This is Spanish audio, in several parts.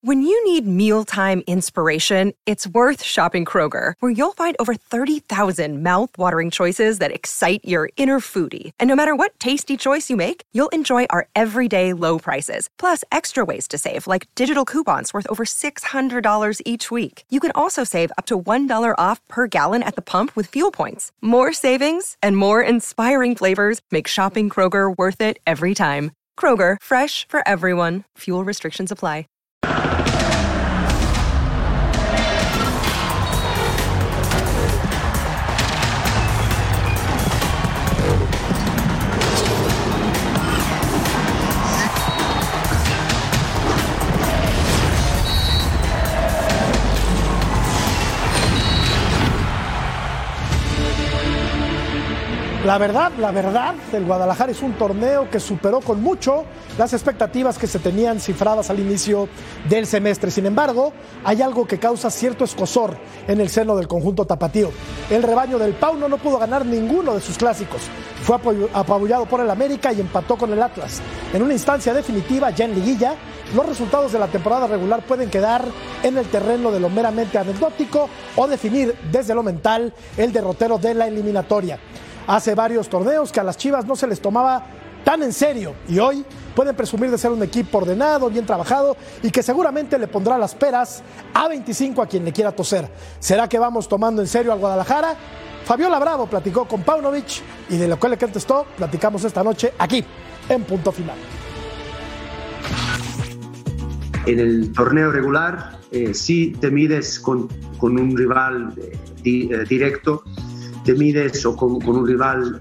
When you need mealtime inspiration, it's worth shopping Kroger, where you'll find over 30,000 mouth-watering choices that excite your inner foodie. And no matter what tasty choice you make, you'll enjoy our everyday low prices, plus extra ways to save, like digital coupons worth over $600 each week. You can also save up to $1 off per gallon at the pump with fuel points. More savings and more inspiring flavors make shopping Kroger worth it every time. Kroger, fresh for everyone. Fuel restrictions apply. La verdad, el Guadalajara es un torneo que superó con mucho las expectativas que se tenían cifradas al inicio del semestre. Sin embargo, hay algo que causa cierto escozor en el seno del conjunto tapatío. El rebaño del Pauno no pudo ganar ninguno de sus clásicos. Fue apabullado por el América y empató con el Atlas. En una instancia definitiva, ya en liguilla, los resultados de la temporada regular pueden quedar en el terreno de lo meramente anecdótico o definir desde lo mental el derrotero de la eliminatoria. Hace varios torneos que a las Chivas no se les tomaba tan en serio y hoy pueden presumir de ser un equipo ordenado, bien trabajado y que seguramente le pondrá las peras a 25 a quien le quiera toser. ¿Será que vamos tomando en serio al Guadalajara? Fabiola Bravo platicó con Paunovic y de lo que le contestó platicamos esta noche aquí en Punto Final. En el torneo regular sí te mides con un rival directo, te mides o con un rival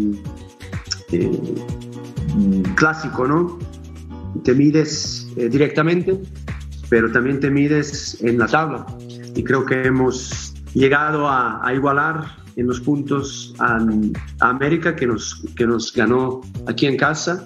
clásico, ¿no? Te mides directamente, pero también te mides en la tabla. Y creo que hemos llegado a igualar en los puntos a América, que nos ganó aquí en casa.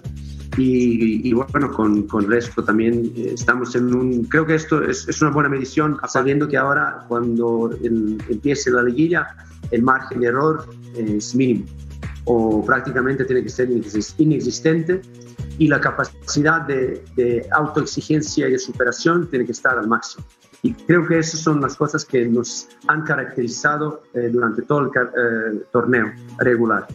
Y bueno, con el resto también estamos creo que esto es una buena medición, sabiendo que ahora cuando empiece la liguilla el margen de error es mínimo o prácticamente tiene que ser inexistente y la capacidad de autoexigencia y de superación tiene que estar al máximo. Y creo que esas son las cosas que nos han caracterizado durante todo el torneo regular.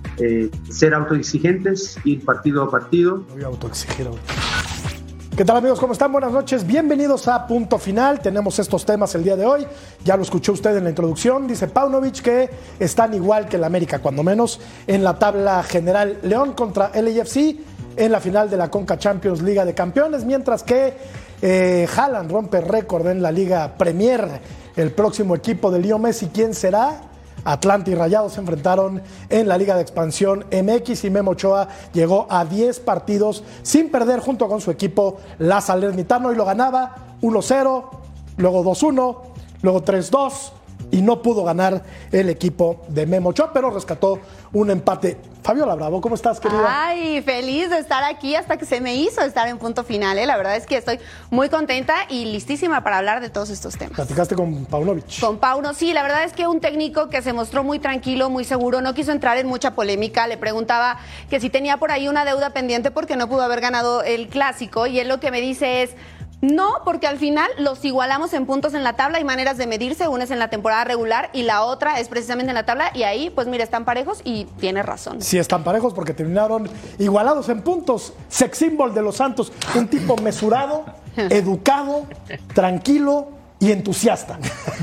Ser autoexigentes, ir partido a partido. Voy a autoexigir ahora. ¿Qué tal, amigos? ¿Cómo están? Buenas noches. Bienvenidos a Punto Final. Tenemos estos temas el día de hoy. Ya lo escuchó usted en la introducción. Dice Paunovic que están igual que el América, cuando menos, en la tabla general. León contra LAFC en la final de la Conca Champions Liga de Campeones, mientras que Haaland rompe récord en la Liga Premier. El próximo equipo de Leo Messi, ¿quién será? Atlanta y Rayados se enfrentaron en la Liga de Expansión MX y Memo Ochoa llegó a 10 partidos sin perder junto con su equipo la Salernitana y lo ganaba 1-0, luego 2-1, luego 3-2 y no pudo ganar el equipo de Memo Ochoa, pero rescató un empate. Fabiola Bravo, ¿cómo estás, querida? Ay, feliz de estar aquí hasta que se me hizo estar en Punto Final, ¿eh? La verdad es que estoy muy contenta y listísima para hablar de todos estos temas. ¿Platicaste con Paunovic? Con Pauno, sí, la verdad es que un técnico que se mostró muy tranquilo, muy seguro, no quiso entrar en mucha polémica, le preguntaba que si tenía por ahí una deuda pendiente porque no pudo haber ganado el Clásico y él lo que me dice es: no, porque al final los igualamos en puntos en la tabla, hay maneras de medirse, una es en la temporada regular y la otra es precisamente en la tabla y ahí, pues mira, están parejos y tiene razón. Sí, están parejos porque terminaron igualados en puntos. Sex symbol de los Santos, un tipo mesurado, educado, tranquilo y entusiasta.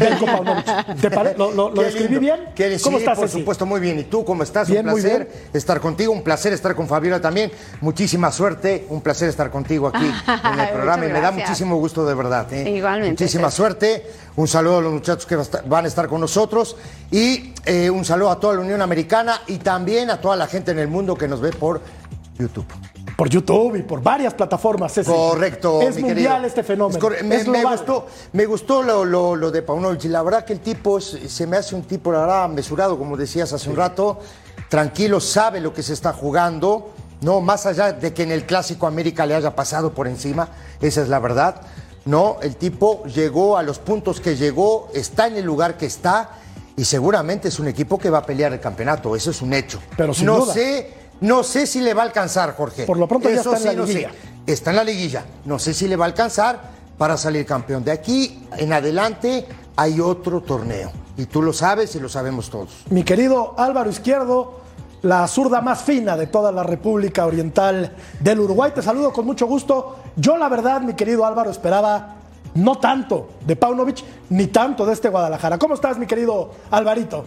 ¿Lo describí bien? ¿Cómo estás, por supuesto, muy bien. ¿Y tú cómo estás? Bien, un placer muy bien. Estar contigo, un placer estar con Fabiola también. Muchísima suerte, un placer estar contigo aquí en el programa y me da muchísimo gusto, de verdad. Igualmente. Muchísima suerte. Un saludo a los muchachos que van a estar con nosotros y un saludo a toda la Unión Americana y también a toda la gente en el mundo que nos ve por YouTube. Por YouTube y por varias plataformas. Correcto, es mi mundial querido. este fenómeno. Me gustó lo de Paunovic. La verdad que el tipo se me hace un tipo, la verdad, mesurado, como decías hace un rato, tranquilo, sabe lo que se está jugando, no, más allá de que en el Clásico América le haya pasado por encima, esa es la verdad. No, el tipo llegó a los puntos que llegó, está en el lugar que está y seguramente es un equipo que va a pelear el campeonato, eso es un hecho. Pero sin duda. No sé si le va a alcanzar, Jorge. Por lo pronto ya está en la liguilla. Está en la liguilla. No sé si le va a alcanzar, para salir campeón. De aquí en adelante hay otro torneo. Y tú lo sabes y lo sabemos todos. Mi querido Álvaro Izquierdo, la zurda más fina de toda la República Oriental del Uruguay. Te saludo con mucho gusto. Yo, la verdad, mi querido Álvaro, esperaba no tanto de Paunovic, ni tanto de este Guadalajara. ¿Cómo estás, mi querido Alvarito?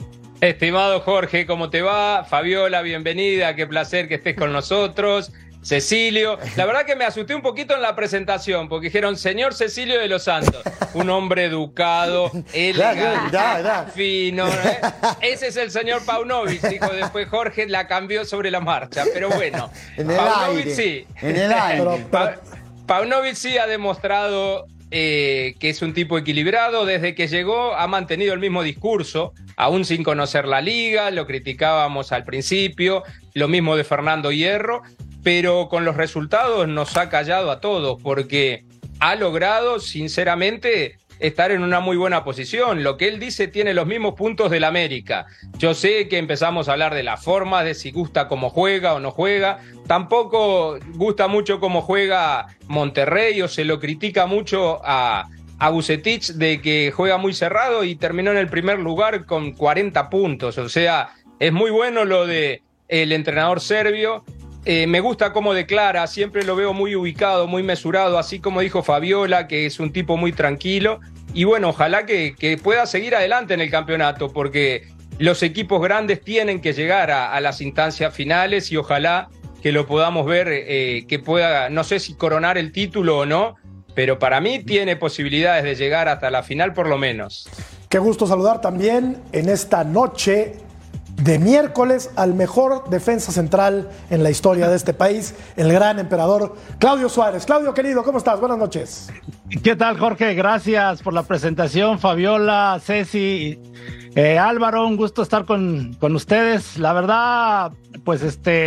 Estimado Jorge, ¿cómo te va? Fabiola, bienvenida, qué placer que estés con nosotros. Cecilio, la verdad que me asusté un poquito en la presentación, porque dijeron señor Cecilio de los Santos, un hombre educado, elegante, fino, ¿eh? Ese es el señor Paunovic, dijo después Jorge, la cambió sobre la marcha, pero bueno, en el Paunovic aire, sí. En el aire. Paunovic sí ha demostrado que es un tipo equilibrado. Desde que llegó ha mantenido el mismo discurso, aún sin conocer la liga, lo criticábamos al principio, lo mismo de Fernando Hierro, pero con los resultados nos ha callado a todos, porque ha logrado, sinceramente, estar en una muy buena posición. Lo que él dice tiene los mismos puntos del América. Yo sé que empezamos a hablar de la forma, de si gusta cómo juega o no juega. Tampoco gusta mucho cómo juega Monterrey, o se lo critica mucho a Vucetich de que juega muy cerrado y terminó en el primer lugar con 40 puntos. O sea, es muy bueno lo de el entrenador serbio. Me gusta cómo declara, siempre lo veo muy ubicado, muy mesurado, así como dijo Fabiola, que es un tipo muy tranquilo. Y bueno, ojalá que pueda seguir adelante en el campeonato, porque los equipos grandes tienen que llegar a las instancias finales y ojalá que lo podamos ver, que pueda, no sé si coronar el título o no, pero para mí tiene posibilidades de llegar hasta la final por lo menos. Qué gusto saludar también en esta noche de miércoles al mejor defensa central en la historia de este país, el gran emperador Claudio Suárez. Claudio, querido, ¿cómo estás? Buenas noches. ¿Qué tal, Jorge? Gracias por la presentación, Fabiola, Ceci, Álvaro, un gusto estar con ustedes. La verdad, pues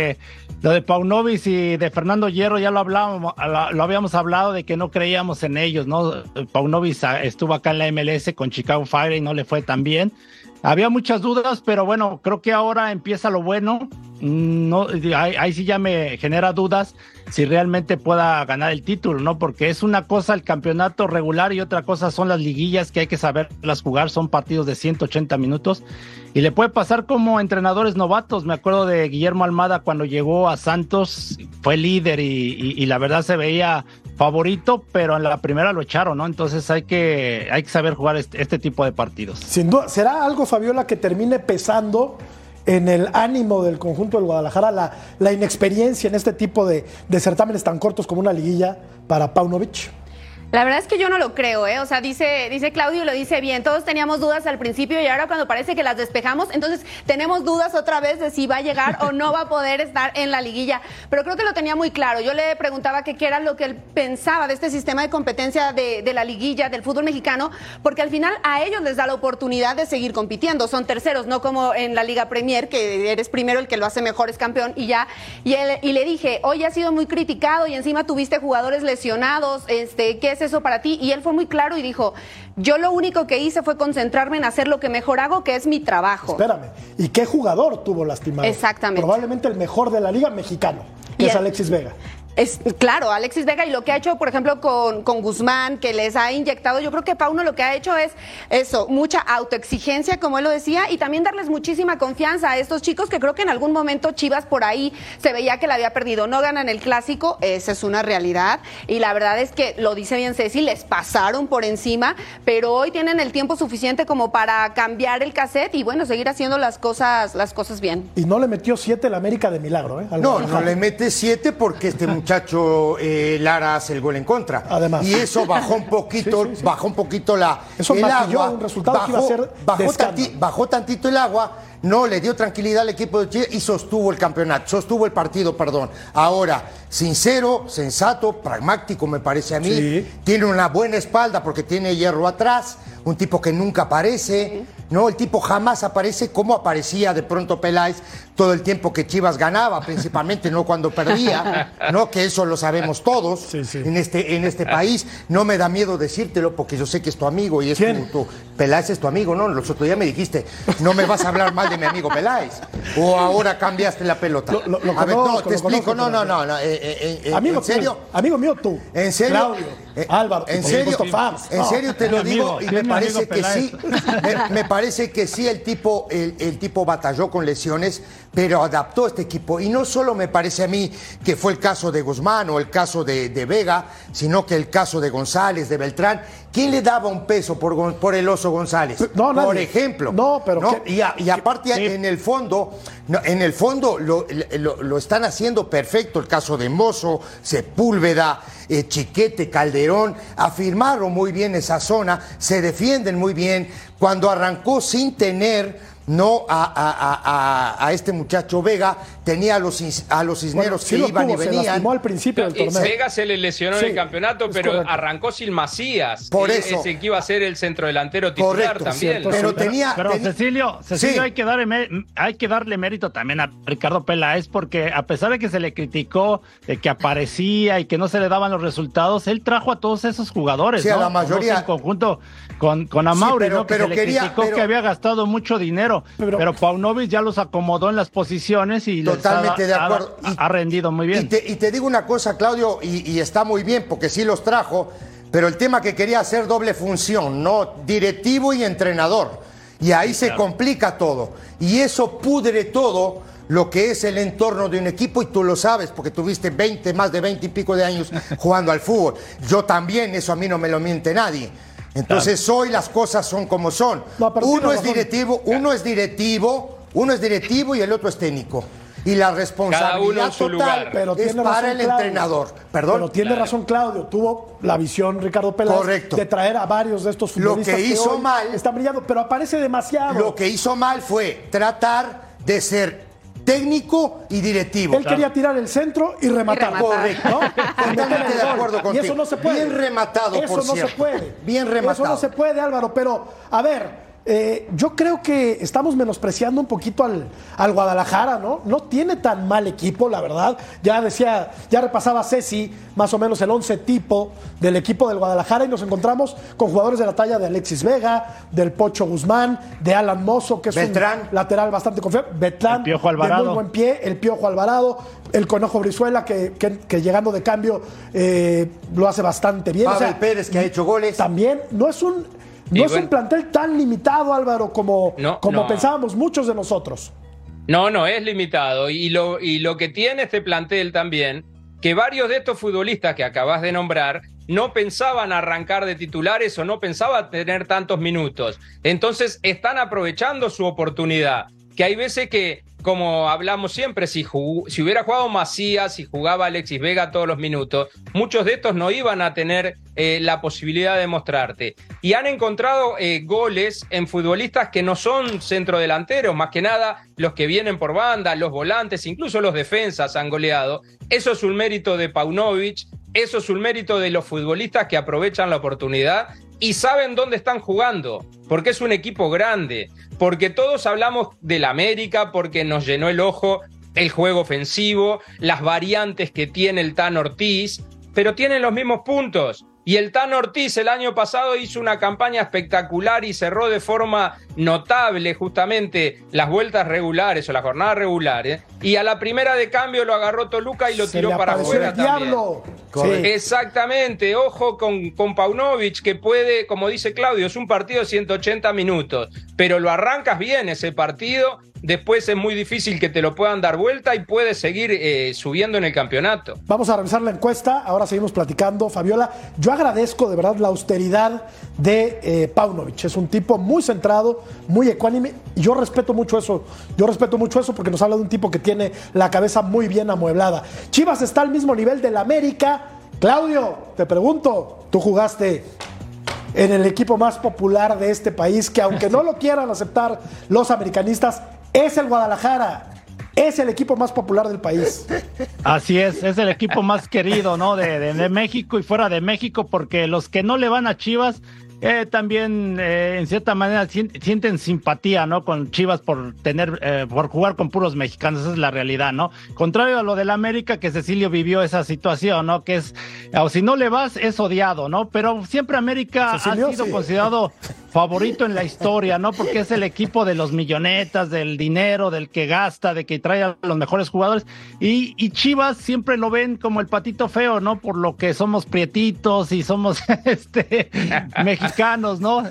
lo de Paunovic y de Fernando Hierro ya lo habíamos hablado de que no creíamos en ellos, ¿no? Paunovic estuvo acá en la MLS con Chicago Fire y no le fue tan bien. Había muchas dudas, pero bueno, creo que ahora empieza lo bueno. No, ahí sí ya me genera dudas si realmente pueda ganar el título, ¿no? Porque es una cosa el campeonato regular y otra cosa son las liguillas que hay que saberlas jugar. Son partidos de 180 minutos y le puede pasar como entrenadores novatos. Me acuerdo de Guillermo Almada cuando llegó a Santos, fue líder y la verdad se veía favorito, pero en la primera lo echaron, ¿no? Entonces hay que saber jugar este tipo de partidos. Sin duda, ¿será algo, Fabiola, que termine pesando en el ánimo del conjunto del Guadalajara la inexperiencia en este tipo de certámenes tan cortos como una liguilla para Paunovic? La verdad es que yo no lo creo, ¿eh? O sea, dice Claudio y lo dice bien. Todos teníamos dudas al principio y ahora cuando parece que las despejamos, entonces tenemos dudas otra vez de si va a llegar o no va a poder estar en la liguilla. Pero creo que lo tenía muy claro. Yo le preguntaba que qué era lo que él pensaba de este sistema de competencia de la liguilla, del fútbol mexicano, porque al final a ellos les da la oportunidad de seguir compitiendo. Son terceros, no como en la Liga Premier, que eres primero, el que lo hace mejor es campeón y ya. Y le dije, hoy has sido muy criticado y encima tuviste jugadores lesionados, ¿qué es eso para ti? Y él fue muy claro y dijo, yo lo único que hice fue concentrarme en hacer lo que mejor hago, que es mi trabajo. Espérame, ¿y qué jugador tuvo lastimado? Exactamente. Probablemente el mejor de la liga mexicano, que es Alexis Vega. Claro, Alexis Vega, y lo que ha hecho, por ejemplo, con Guzmán, que les ha inyectado, yo creo que Pauno lo que ha hecho es eso, mucha autoexigencia, como él lo decía, y también darles muchísima confianza a estos chicos que creo que en algún momento Chivas por ahí se veía que la había perdido. No ganan el clásico, esa es una realidad, y la verdad es que, lo dice bien Ceci, les pasaron por encima, pero hoy tienen el tiempo suficiente como para cambiar el cassette y bueno, seguir haciendo las cosas bien. Y no le metió 7 el América de milagro, ¿eh? No le mete 7 porque muchacho Lara hace el gol en contra. Además. Y eso bajó un poquito, sí. Bajó un poquito eso el agua. Un resultado que iba a ser bajó tantito el agua, no le dio tranquilidad al equipo de Chile y sostuvo el partido. Ahora, sincero, sensato, pragmático me parece a mí. Sí. Tiene una buena espalda porque tiene Hierro atrás, un tipo que nunca aparece. No, el tipo jamás aparece como aparecía de pronto Peláez todo el tiempo que Chivas ganaba, principalmente no cuando perdía, ¿no? Que eso lo sabemos todos en este país. No me da miedo decírtelo porque yo sé que es tu amigo y es tu Peláez es tu amigo, ¿no? Los otros días me dijiste, no me vas a hablar mal de mi amigo Peláez. O ahora cambiaste la pelota. A ver, no, te explico, no. Amigo ¿En serio? Amigo mío tú. ¿En serio? Claudio, Álvaro, ¿En serio? En serio te lo digo y me parece que sí. Me parece que sí el tipo batalló con lesiones, pero adaptó a este equipo. Y no solo me parece a mí que fue el caso de Guzmán o el caso de Vega, sino que el caso de González, de Beltrán. ¿Quién le daba un peso por el Oso González? No, por ejemplo. No, pero ¿no? Y aparte, sí. en el fondo lo están haciendo perfecto. El caso de Mozo, Sepúlveda, Chiquete, Calderón, afirmaron muy bien esa zona, se defienden muy bien. Cuando arrancó sin tener a este muchacho Vega, tenía a los cisneros que iban y venían. Se lastimó al principio del torneo. Vega se le lesionó en el campeonato, pero correcto. Arrancó sin Macías. Por eso. Ese que iba a ser el centrodelantero titular también. Pero Cecilio, hay que darle mérito también a Ricardo Peláez, porque a pesar de que se le criticó de que aparecía y que no se le daban los resultados, él trajo a todos esos jugadores, sí, ¿no? A la mayoría. En conjunto con Amauri, ¿no? Que se le criticó que había gastado mucho dinero, pero Paunovic ya los acomodó en las posiciones y totalmente de acuerdo. Ha rendido muy bien. Y te digo una cosa, Claudio, y está muy bien porque sí los trajo, pero el tema que quería hacer doble función, ¿no? Directivo y entrenador. Y ahí se complica todo. Y eso pudre todo lo que es el entorno de un equipo, y tú lo sabes porque tuviste más de 20 y pico de años jugando al fútbol. Yo también, eso a mí no me lo miente nadie. Entonces hoy las cosas son como son. No, uno es directivo y el otro es técnico. Y la responsabilidad total es para el entrenador. Perdón. Pero tiene razón Claudio, tuvo la visión Ricardo Peláez de traer a varios de estos futbolistas. Lo que hizo mal están brillando, pero aparece demasiado. Lo que hizo mal fue tratar de ser técnico y directivo. Él quería tirar el centro y rematar. Correcto, ¿no? Totalmente de acuerdo contigo. Y eso no se puede. Bien rematado, por cierto. Eso no se puede. Bien rematado. Eso no se puede, Álvaro. Pero, a ver, yo creo que estamos menospreciando un poquito al Guadalajara, ¿no? No tiene tan mal equipo, la verdad. Ya repasaba Ceci más o menos el 11 tipo del equipo del Guadalajara y nos encontramos con jugadores de la talla de Alexis Vega, del Pocho Guzmán, de Alan Mozo, que es Beltrán, un lateral bastante confiable. Beltrán, el Piojo Alvarado, de muy buen pie, el Piojo Alvarado, el Conejo Brizuela, que llegando de cambio lo hace bastante bien. Pavel Pérez, que ha hecho goles. También no es un plantel tan limitado, Álvaro, como pensábamos muchos de nosotros. No es limitado. Y lo que tiene este plantel también, que varios de estos futbolistas que acabas de nombrar no pensaban arrancar de titulares o no pensaban tener tantos minutos. Entonces están aprovechando su oportunidad. Que hay veces que, como hablamos siempre, si hubiera jugado Macías, si jugaba Alexis Vega todos los minutos, muchos de estos no iban a tener la posibilidad de mostrarte. Y han encontrado goles en futbolistas que no son centrodelanteros, más que nada los que vienen por banda, los volantes, incluso los defensas han goleado. Eso es un mérito de Paunovic, eso es un mérito de los futbolistas que aprovechan la oportunidad y saben dónde están jugando, porque es un equipo grande, porque todos hablamos del América, porque nos llenó el ojo el juego ofensivo, las variantes que tiene el Tan Ortiz, pero tienen los mismos puntos. Y el Tan Ortiz el año pasado hizo una campaña espectacular y cerró de forma notable justamente las vueltas regulares o las jornadas regulares. Y a la primera de cambio lo agarró Toluca y lo tiró para afuera también. Sí. Exactamente, ojo con Paunovic, que puede, como dice Claudio, es un partido de 180 minutos, pero lo arrancas bien ese partido, después es muy difícil que te lo puedan dar vuelta y puedes seguir subiendo en el campeonato. Vamos a revisar la encuesta, ahora seguimos platicando, Fabiola. Yo agradezco de verdad la austeridad de Paunovic, es un tipo muy centrado, muy ecuánime, y yo respeto mucho eso porque nos habla de un tipo que tiene la cabeza muy bien amueblada. Chivas está al mismo nivel del América. Claudio, te pregunto, tú jugaste en el equipo más popular de este país, que aunque no lo quieran aceptar los americanistas, es el Guadalajara. Es el equipo más popular del país. Así es el equipo más querido, ¿no? De México y fuera de México, porque los que no le van a Chivas también en cierta manera sienten simpatía, ¿no? Con Chivas por jugar con puros mexicanos, esa es la realidad, ¿no? Contrario a lo del América, que Cecilio vivió esa situación, ¿no? Que es, o si no le vas, es odiado, ¿no? Pero siempre América Cecilio, ha sido considerado favorito en la historia, ¿no? Porque es el equipo de los millonetas, del dinero, del que gasta, de que trae a los mejores jugadores. Y Chivas siempre lo ven como el patito feo, ¿no? Por lo que somos prietitos y somos mexicanos, ¿no?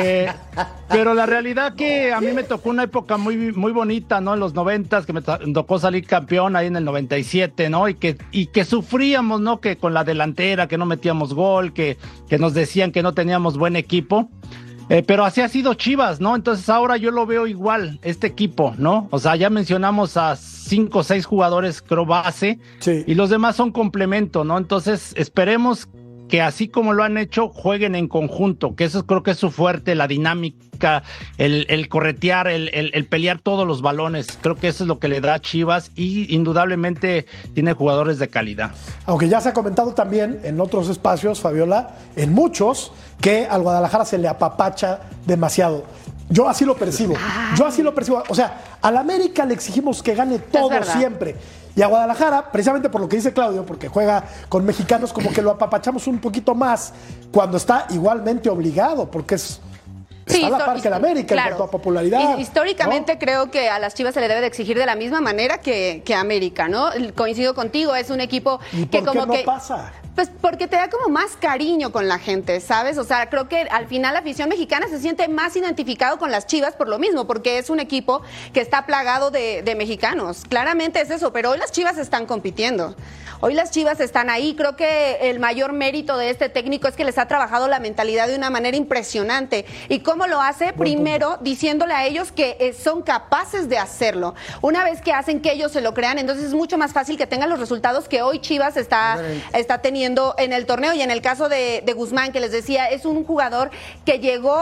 Pero la realidad que a mí me tocó una época muy, muy bonita, ¿no? En los 90s, que me tocó salir campeón ahí en el 97, ¿no? Y que sufríamos, ¿no? Que con la delantera, que no metíamos gol, que nos decían que no teníamos buen equipo. Pero así ha sido Chivas, ¿no? Entonces ahora yo lo veo igual, este equipo, ¿no? O sea, ya mencionamos a 5 o 6 jugadores, creo, base, sí, y los demás son complemento, ¿no? Entonces esperemos que así como lo han hecho, jueguen en conjunto, que eso creo que es su fuerte, la dinámica, el corretear, el pelear todos los balones. Creo que eso es lo que le da a Chivas y indudablemente tiene jugadores de calidad. Aunque ya se ha comentado también en otros espacios, Fabiola, en muchos, que al Guadalajara se le apapacha demasiado. Yo así lo percibo. O sea, al América le exigimos que gane todo siempre. Y a Guadalajara, precisamente por lo que dice Claudio, porque juega con mexicanos, como que lo apapachamos un poquito más cuando está igualmente obligado, porque está a la par que el América, claro, en cuanto a popularidad. Históricamente, ¿no? Creo que a las Chivas se le debe de exigir de la misma manera que a América, ¿no? Coincido contigo, es un equipo que como ¿Por qué no pasa? Pues porque te da como más cariño con la gente, ¿sabes? O sea, creo que al final la afición mexicana se siente más identificado con las Chivas por lo mismo, porque es un equipo que está plagado de mexicanos. Claramente es eso, pero hoy las Chivas están compitiendo. Hoy las Chivas están ahí. Creo que el mayor mérito de este técnico es que les ha trabajado la mentalidad de una manera impresionante. ¿Y cómo lo hace? Primero, diciéndole a ellos que son capaces de hacerlo. Una vez que hacen que ellos se lo crean, entonces es mucho más fácil que tengan los resultados que hoy Chivas está teniendo en el torneo. Y en el caso de Guzmán, que les decía, es un jugador que llegó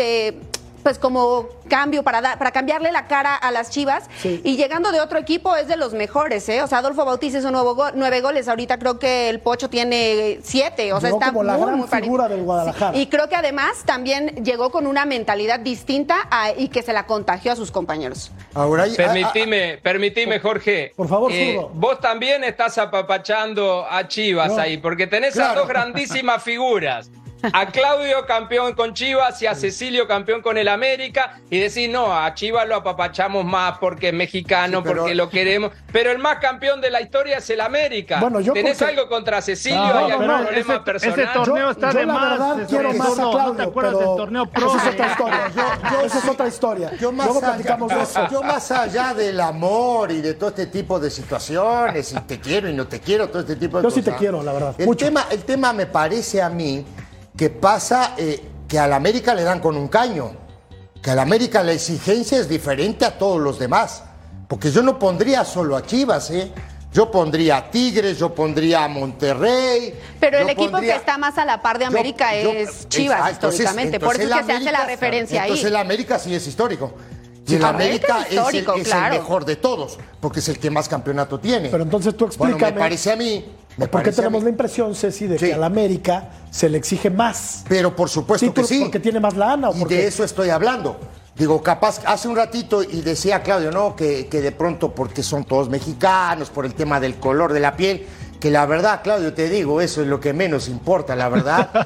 pues como cambio para cambiarle la cara a las Chivas, y llegando de otro equipo es de los mejores, ¿eh? O sea, Adolfo Bautista hizo 9 goles, ahorita creo que el Pocho tiene 7, o sea, llegó está como la gran muy figura del Guadalajara. Sí. Y creo que además también llegó con una mentalidad distinta y que se la contagió a sus compañeros. Ahora Permitime, Jorge. Por favor, Zurdo. Vos también estás apapachando a Chivas ahí, porque tenés a dos grandísimas figuras. A Claudio campeón con Chivas y a Cecilio campeón con el América, y decís, no, a Chivas lo apapachamos más porque es mexicano, porque lo queremos, pero el más campeón de la historia es el América. Bueno, ¿tenés algo contra Cecilio? ¿Hay algún problema personal? Ese torneo está de más. La verdad, quiero más a Claudio, ¿no te acuerdas del torneo pro? Esa es otra historia. Esa es otra historia. Luego platicamos de eso. Yo más allá del amor y de todo este tipo de situaciones, y te quiero y no te quiero, todo este tipo de cosas. Yo sí te quiero, la verdad. El tema me parece a mí que pasa que al América le dan con un caño, que al América la exigencia es diferente a todos los demás, porque yo no pondría solo a Chivas, yo pondría a Tigres, yo pondría a Monterrey. Pero el equipo que está más a la par de América es Chivas, históricamente, por eso es que se hace la referencia ahí. Entonces el América sí es histórico. Y el América es el mejor de todos, porque es el que más campeonato tiene. Pero entonces tú explícame. Bueno, me parece a mí. ¿Por qué tenemos la impresión, Ceci, de que al América se le exige más? Pero por supuesto que sí. ¿Porque tiene más lana? Y de eso estoy hablando. Digo, capaz, hace un ratito, y decía Claudio, ¿no? Que de pronto, porque son todos mexicanos, por el tema del color de la piel, que la verdad, Claudio, te digo, eso es lo que menos importa, la verdad,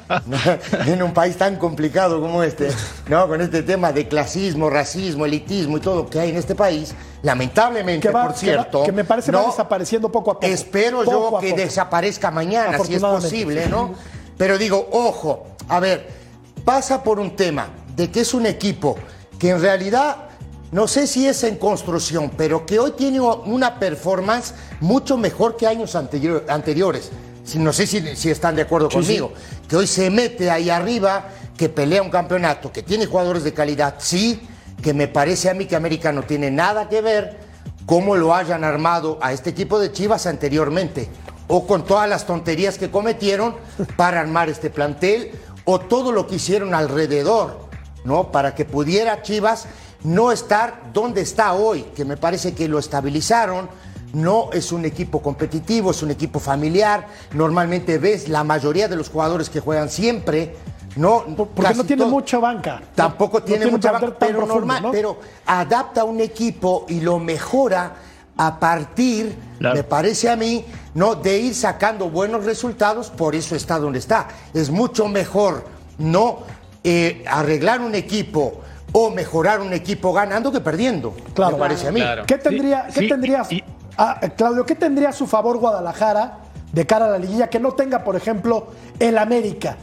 en un país tan complicado como este, ¿no? Con este tema de clasismo, racismo, elitismo y todo lo que hay en este país, lamentablemente, por cierto... Que me parece va desapareciendo poco a poco. Espero yo que desaparezca mañana, si es posible, ¿no? Pero digo, ojo, a ver, pasa por un tema de que es un equipo que en realidad... No sé si es en construcción, pero que hoy tiene una performance mucho mejor que años anteriores. No sé si están de acuerdo conmigo. Sí. Que hoy se mete ahí arriba, que pelea un campeonato, que tiene jugadores de calidad. Sí, que me parece a mí que América no tiene nada que ver cómo lo hayan armado a este equipo de Chivas anteriormente. O con todas las tonterías que cometieron para armar este plantel, o todo lo que hicieron alrededor, ¿no? Para que pudiera Chivas... no estar donde está hoy, que me parece que lo estabilizaron. No es un equipo competitivo, es un equipo familiar. Normalmente ves la mayoría de los jugadores que juegan siempre No, porque no tiene mucha banca. Tampoco tiene mucha banca, pero profundo, normal, ¿no? pero adapta un equipo y lo mejora a partir, me parece a mí, no, de ir sacando buenos resultados, por eso está donde está. Es mucho mejor no arreglar un equipo o mejorar un equipo ganando que perdiendo, claro, me parece a mí. Claro. ¿Qué tendría, Claudio, qué tendría a su favor Guadalajara de cara a la liguilla que no tenga, por ejemplo, el América?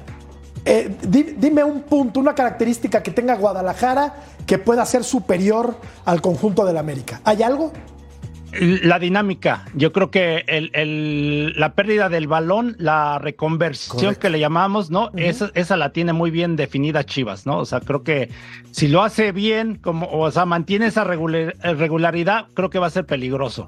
Dime un punto, una característica que tenga Guadalajara que pueda ser superior al conjunto del América. ¿Hay algo? La dinámica. Yo creo que la pérdida del balón, la reconversión, correcto, que le llamamos, ¿no? Esa la tiene muy bien definida Chivas, ¿no? O sea, creo que si lo hace bien, mantiene esa regularidad, creo que va a ser peligroso.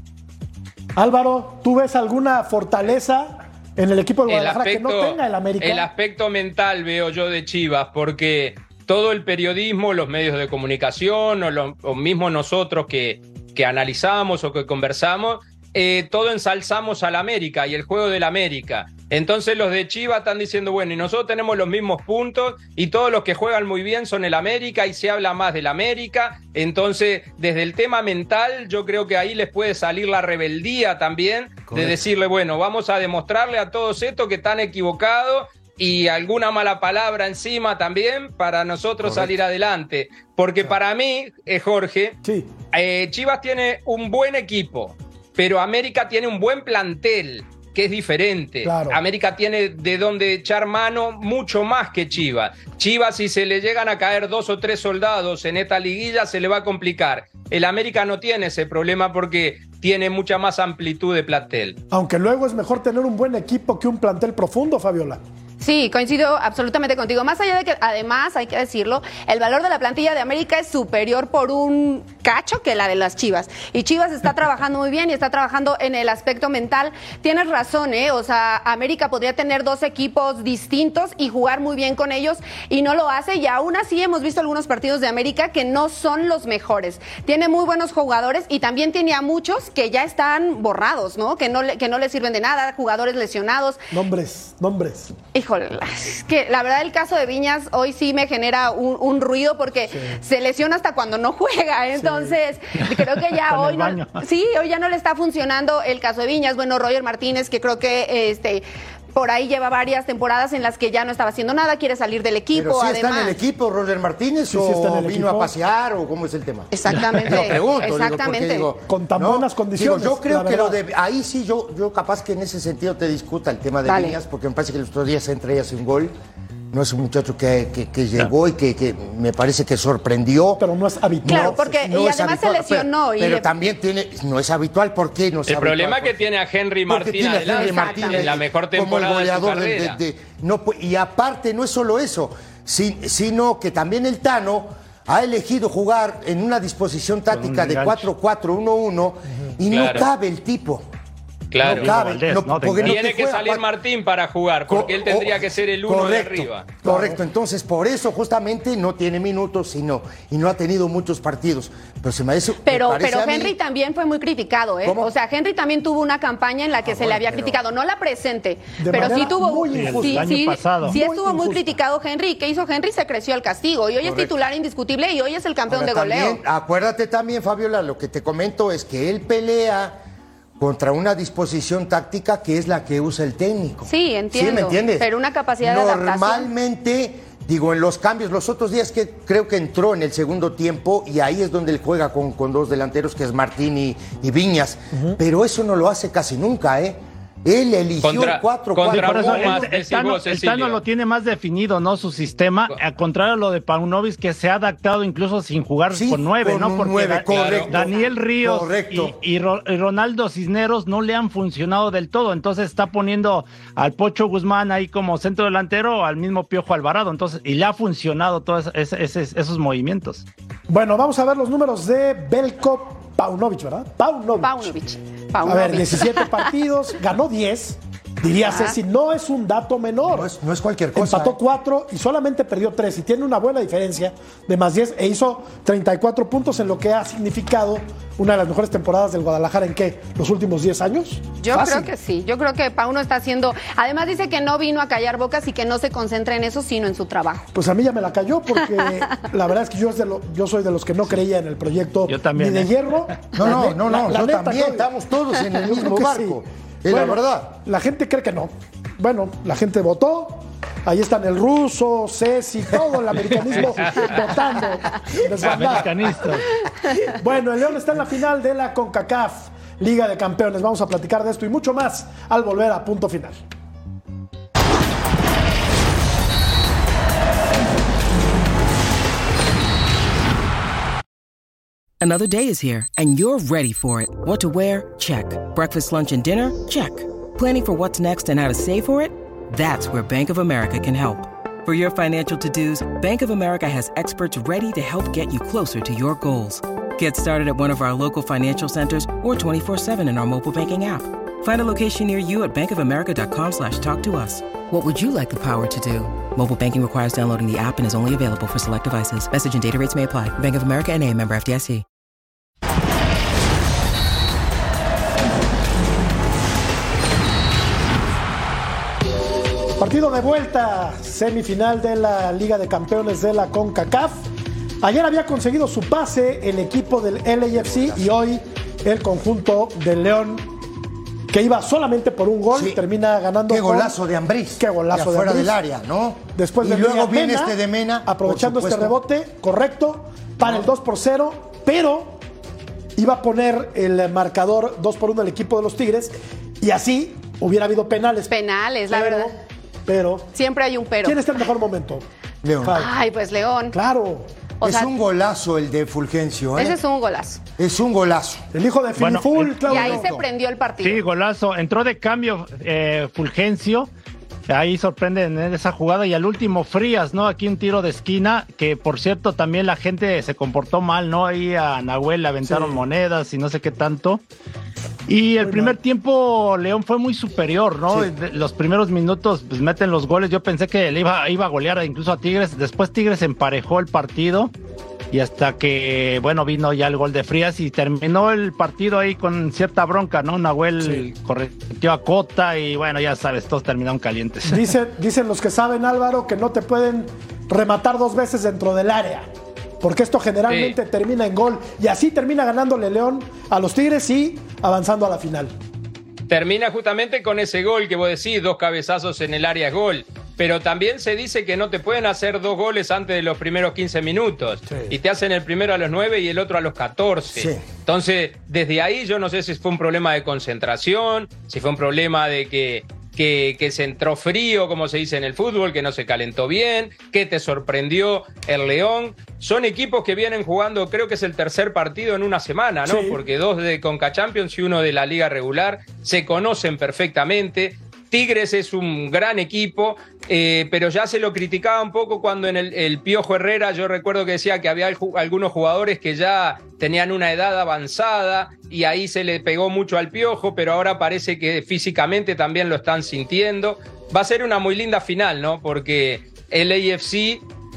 Álvaro, ¿tú ves alguna fortaleza en el equipo de Guadalajara que no tenga el América? El aspecto mental veo yo de Chivas, porque todo el periodismo, los medios de comunicación o mismo nosotros que analizamos o que conversamos, todo ensalzamos al América y el juego del América. Entonces los de Chivas están diciendo, bueno, y nosotros tenemos los mismos puntos y todos los que juegan muy bien son el América y se habla más del América. Entonces, desde el tema mental, yo creo que ahí les puede salir la rebeldía también, correcto, de decirle, bueno, vamos a demostrarle a todos estos que están equivocados y alguna mala palabra encima también para nosotros, correcto, salir adelante. Porque para mí, Jorge, sí, Chivas tiene un buen equipo, pero América tiene un buen plantel, que es diferente. Claro. América tiene de donde echar mano mucho más que Chivas. Chivas, si se le llegan a caer 2 o 3 soldados en esta liguilla, se le va a complicar. El América no tiene ese problema porque tiene mucha más amplitud de plantel. Aunque luego es mejor tener un buen equipo que un plantel profundo, Fabiola. Sí, coincido absolutamente contigo. Más allá de que, además, hay que decirlo, el valor de la plantilla de América es superior por un cacho que la de las Chivas. Y Chivas está trabajando muy bien y está trabajando en el aspecto mental. Tienes razón, ¿eh? O sea, América podría tener 2 equipos distintos y jugar muy bien con ellos y no lo hace. Y aún así hemos visto algunos partidos de América que no son los mejores. Tiene muy buenos jugadores y también tiene a muchos que ya están borrados, ¿no? Que no le sirven de nada, jugadores lesionados. Nombres. Híjole, es que la verdad el caso de Viñas hoy sí me genera un ruido porque sí, se lesiona hasta cuando no juega, entonces sí, creo que ya hoy hoy ya no le está funcionando el caso de Viñas. Bueno, Roger Martínez, que creo que por ahí lleva varias temporadas en las que ya no estaba haciendo nada, quiere salir del equipo. ¿Pero sí además está en el equipo Roger Martínez sí, o vino a pasear o cómo es el tema? Exactamente. Lo pregunto, exactamente. Con tan buenas condiciones. Yo creo que ahí sí, yo capaz que en ese sentido te discuta el tema de Viñas, porque me parece que los otros días entre ellas un gol. No es un muchacho que llegó y que me parece que sorprendió. Pero no es habitual. Claro, porque no y además se lesionó. Pero también no es habitual. ¿Por qué no es habitual? El problema es que tiene a Henry Martín adelante, en la mejor temporada de su carrera. Y aparte no es solo eso, sino que también el Tano ha elegido jugar en una disposición táctica de 4-4-1-1 y no cabe el tipo. Claro, no cabe, tiene que salir Martín para jugar, porque él tendría que ser el uno de arriba. Correcto, entonces por eso justamente no tiene minutos y no ha tenido muchos partidos. Pero Henry también fue muy criticado, ¿eh? ¿Cómo? O sea, Henry también tuvo una campaña en la que se le había criticado, no la presente, pero sí tuvo sí estuvo muy criticado Henry. ¿Qué hizo Henry? Se creció al castigo y hoy es titular indiscutible y hoy es el campeón de goleo. Acuérdate también, Fabiola, lo que te comento es que él pelea contra una disposición táctica que es la que usa el técnico. Sí, entiendo. ¿Sí me entiendes? Pero una capacidad de adaptación. Normalmente, digo, en los cambios, los otros días que creo que entró en el segundo tiempo y ahí es donde él juega con 2 delanteros, que es Martín y Viñas. Pero eso no lo hace casi nunca, ¿eh? Él eligió el 4-4. El Tano lo tiene más definido, ¿no? Su sistema, al contrario a lo de Paunovic, que se ha adaptado incluso sin jugar con 9, ¿no? Porque Daniel Ríos y Ronaldo Cisneros no le han funcionado del todo, entonces está poniendo al Pocho Guzmán ahí como centro delantero, al mismo Piojo Alvarado, entonces, y le ha funcionado todos esos movimientos. Bueno, vamos a ver los números de Belko Paunovic, ¿verdad? Paunovic. A ver, 17 partidos, ganó 10, Diría Ceci, no es un dato menor. No es cualquier cosa. Empató 4 y solamente perdió 3 y tiene una buena diferencia de más 10 e hizo 34 puntos en lo que ha significado una de las mejores temporadas del Guadalajara en ¿qué? ¿Los últimos 10 años? Yo Fácil. creo que sí, yo creo que Pauno está haciendo, además dice que no vino a callar bocas y que no se concentra en eso, sino en su trabajo. Pues a mí ya me la cayó porque la verdad es que yo soy de los que no creía en el proyecto Yo también, ni de hierro. No, La yo neta, también, no. estamos todos en el Yo mismo creo que barco. sí. Es la Bueno, verdad. La gente cree que no. Bueno, la gente votó. Ahí están el ruso, Ceci, todo el americanismo votando. Americanistas. Bueno, el León está en la final de la CONCACAF Liga de Campeones. Vamos a platicar de esto y mucho más al volver a Punto Final. Another day is here, and you're ready for it. What to wear? Check. Breakfast, lunch, and dinner? Check. Planning for what's next and how to save for it? That's where Bank of America can help. For your financial to-dos, Bank of America has experts ready to help get you closer to your goals. Get started at one of our local financial centers or 24/7 in our mobile banking app. Find a location near you at bankofamerica.com/talktous. What would you like the power to do? Mobile banking requires downloading the app and is only available for select devices. Message and data rates may apply. Bank of America N.A., member FDIC. Partido de vuelta, semifinal de la Liga de Campeones de la CONCACAF. Ayer había conseguido su pase el equipo del LAFC y hoy el conjunto del León, que iba solamente por un gol, termina ganando. Qué golazo de Ambriz. Qué golazo de afuera Ambriz. del área, ¿no? Después y de luego viene Mena, este de Mena. aprovechando este rebote, correcto, para el 2-0, pero iba a poner el marcador 2-1 el equipo de los Tigres y así hubiera habido penales. Penales, la verdad. Pero. Siempre hay un pero. ¿Quién está en mejor momento? León. Ay, pues León. Claro. Es un golazo el de Fulgencio, ¿eh? Ese es un golazo. Es un golazo. El hijo de Filiful, Y ahí se prendió el partido. Sí, golazo. Entró de cambio Fulgencio. Ahí sorprende en esa jugada. Y al último, Frías, ¿no? Aquí un tiro de esquina. Que por cierto, también la gente se comportó mal, ¿no? Ahí a Nahuel le aventaron monedas y no sé qué tanto. Y el primer tiempo, León fue muy superior, ¿no? Sí. Los primeros minutos, pues meten los goles. Yo pensé que le iba a golear incluso a Tigres. Después Tigres emparejó el partido. Y hasta que, bueno, vino ya el gol de Frías y terminó el partido ahí con cierta bronca, ¿no? Nahuel correteó a Cota y, bueno, ya sabes, todos terminaron calientes. Dicen los que saben, Álvaro, que no te pueden rematar 2 veces dentro del área. Porque esto generalmente termina en gol. Y así termina ganándole León a los Tigres y avanzando a la final. Termina justamente con ese gol que vos decís, 2 cabezazos en el área es gol. Pero también se dice que no te pueden hacer 2 goles antes de los primeros 15 minutos. Sí. Y te hacen el primero a los 9 y el otro a los 14. Sí. Entonces, desde ahí yo no sé si fue un problema de concentración, si fue un problema de que se entró frío, como se dice en el fútbol, que no se calentó bien, que te sorprendió el León. Son equipos que vienen jugando, creo que es el tercer partido en una semana, ¿no? Sí. Porque 2 de Conca Champions y 1 de la Liga Regular se conocen perfectamente. Tigres es un gran equipo, pero ya se lo criticaba un poco cuando en el Piojo Herrera, yo recuerdo que decía que había algunos jugadores que ya tenían una edad avanzada y ahí se le pegó mucho al Piojo, pero ahora parece que físicamente también lo están sintiendo. Va a ser una muy linda final, ¿no? Porque el AFC,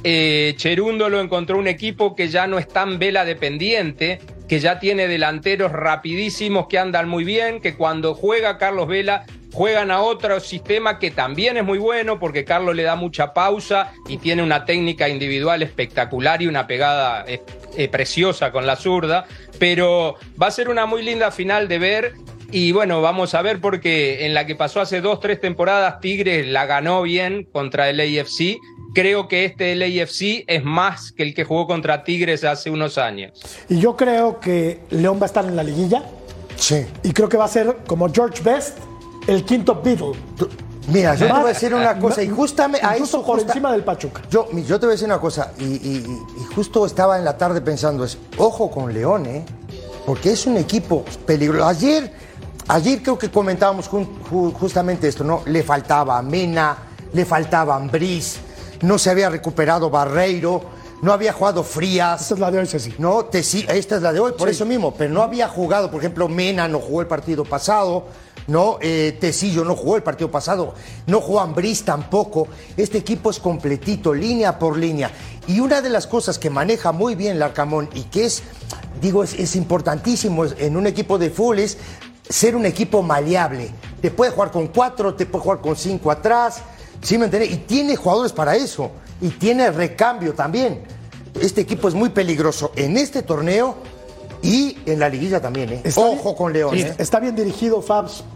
Cherundo lo encontró un equipo que ya no es tan vela dependiente, que ya tiene delanteros rapidísimos que andan muy bien, que cuando juega Carlos Vela juegan a otro sistema que también es muy bueno porque Carlos le da mucha pausa y tiene una técnica individual espectacular y una pegada preciosa con la zurda, pero va a ser una muy linda final de ver. Y bueno, vamos a ver porque en la que pasó hace 2-3 temporadas Tigres la ganó bien contra el AFC. Creo que este LAFC es más que el que jugó contra Tigres hace unos años. Y yo creo que León va a estar en la liguilla. Sí. Y creo que va a ser como George Best, el quinto Beatle. Mira, yo te voy a decir una cosa, y justamente a incluso eso por encima del Pachuca. Yo te voy a decir una cosa, y justo estaba en la tarde pensando eso. Ojo con León, porque es un equipo peligroso. Ayer creo que comentábamos justamente esto, ¿no? Le faltaba Mena, le faltaba Ambriz, no se había recuperado Barreiro, no había jugado Frías. Esta es la de hoy, Ceci. No, esta es la de hoy, por eso mismo, pero no había jugado, por ejemplo, Mena no jugó el partido pasado. ¿no? Tecillo no jugó el partido pasado, no jugó Ambriz tampoco. Este equipo es completito, línea por línea. Y una de las cosas que maneja muy bien Larcamón y que es importantísimo en un equipo de fútbol es ser un equipo maleable. Te puede jugar con 4, te puede jugar con 5 atrás, ¿sí me entiendes? Y tiene jugadores para eso, y tiene recambio también. Este equipo es muy peligroso en este torneo y en la liguilla también, ¿eh? Ojo con León, sí, está bien dirigido, Fabs,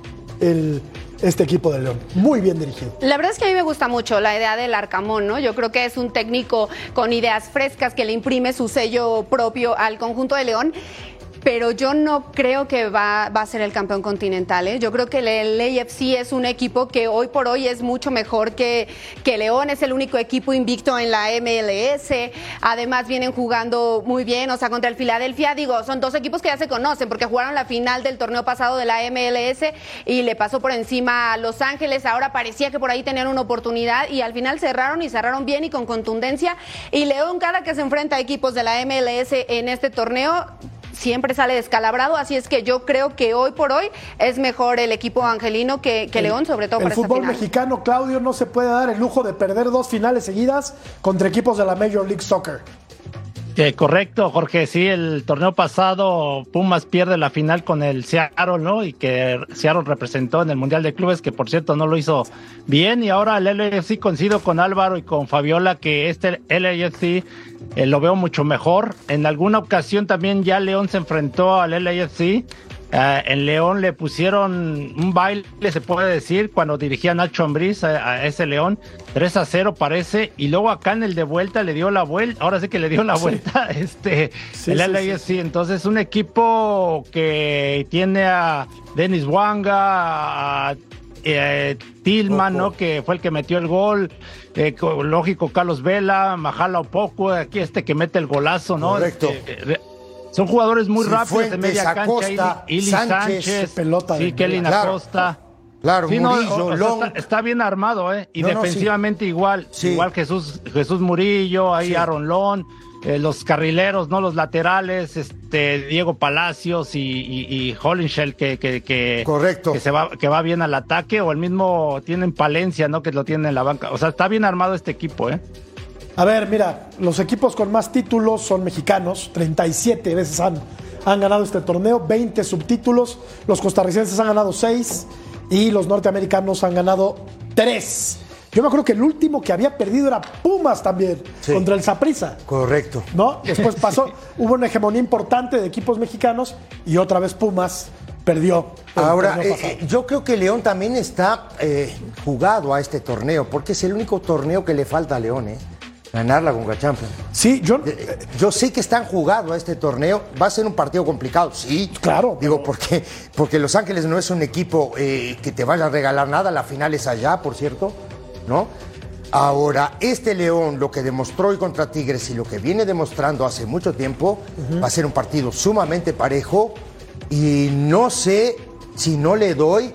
este equipo de León, muy bien dirigido. La verdad es que a mí me gusta mucho la idea del Arcamón, ¿no? Yo creo que es un técnico con ideas frescas que le imprime su sello propio al conjunto de León. Pero yo no creo que va a ser el campeón continental, ¿eh? Yo creo que el AFC es un equipo que hoy por hoy es mucho mejor que León. Es el único equipo invicto en la MLS. Además vienen jugando muy bien, o sea, contra el Philadelphia. Digo, son dos equipos que ya se conocen porque jugaron la final del torneo pasado de la MLS y le pasó por encima a Los Ángeles. Ahora parecía que por ahí tenían una oportunidad y al final cerraron bien y con contundencia. Y León, cada que se enfrenta a equipos de la MLS en este torneo, siempre sale descalabrado, así es que yo creo que hoy por hoy es mejor el equipo angelino que León, sobre todo para esta final. El fútbol mexicano, Claudio, no se puede dar el lujo de perder 2 finales seguidas contra equipos de la Major League Soccer. Correcto, Jorge, sí, el torneo pasado Pumas pierde la final con el Seattle, ¿no? Y que Seattle representó en el Mundial de Clubes, que por cierto no lo hizo bien, y ahora el LAFC, coincido con Álvaro y con Fabiola que este LAFC lo veo mucho mejor. En alguna ocasión también ya León se enfrentó al LAFC. En León le pusieron un baile, se puede decir, cuando dirigía Nacho Ambriz a ese León, 3-0 parece, y luego acá en el de vuelta le dio la vuelta, ahora sí que le dio la vuelta el LAFC. Entonces un equipo que tiene a Denis Wanga, a Tillman, ¿no? Que fue el que metió el gol, lógico, Carlos Vela, Majala Opoku, aquí que mete el golazo, ¿no? Correcto. Son jugadores muy rápidos Fuentes, de media Acosta, cancha. Ili Sánchez, pelota sí, Kelly Acosta. Claro, sí, Murillo, Long. Está bien armado, y defensivamente sí. igual Jesús Murillo, ahí sí. Aaron Long, los carrileros, no los laterales, Diego Palacios y Holinshell que correcto, que va bien al ataque, o el mismo tienen Palencia, ¿no? Que lo tienen en la banca. O sea, está bien armado este equipo, A ver, mira, los equipos con más títulos son mexicanos, 37 veces han ganado este torneo, 20 subtítulos, los costarricenses han ganado 6 y los norteamericanos han ganado 3. Yo me acuerdo que el último que había perdido era Pumas también, sí, contra el Saprissa. Correcto. ¿No? Después hubo una hegemonía importante de equipos mexicanos y otra vez Pumas perdió. Ahora, yo creo que León también está jugado a este torneo, porque es el único torneo que le falta a León, ganar la Conca Champions. Sí, yo sé que están jugados a este torneo. Va a ser un partido complicado, sí. Claro. Digo, porque Los Ángeles no es un equipo que te vaya a regalar nada. La final es allá, por cierto, ¿no? Ahora, este León, lo que demostró hoy contra Tigres y lo que viene demostrando hace mucho tiempo, va a ser un partido sumamente parejo. Y no sé si no le doy,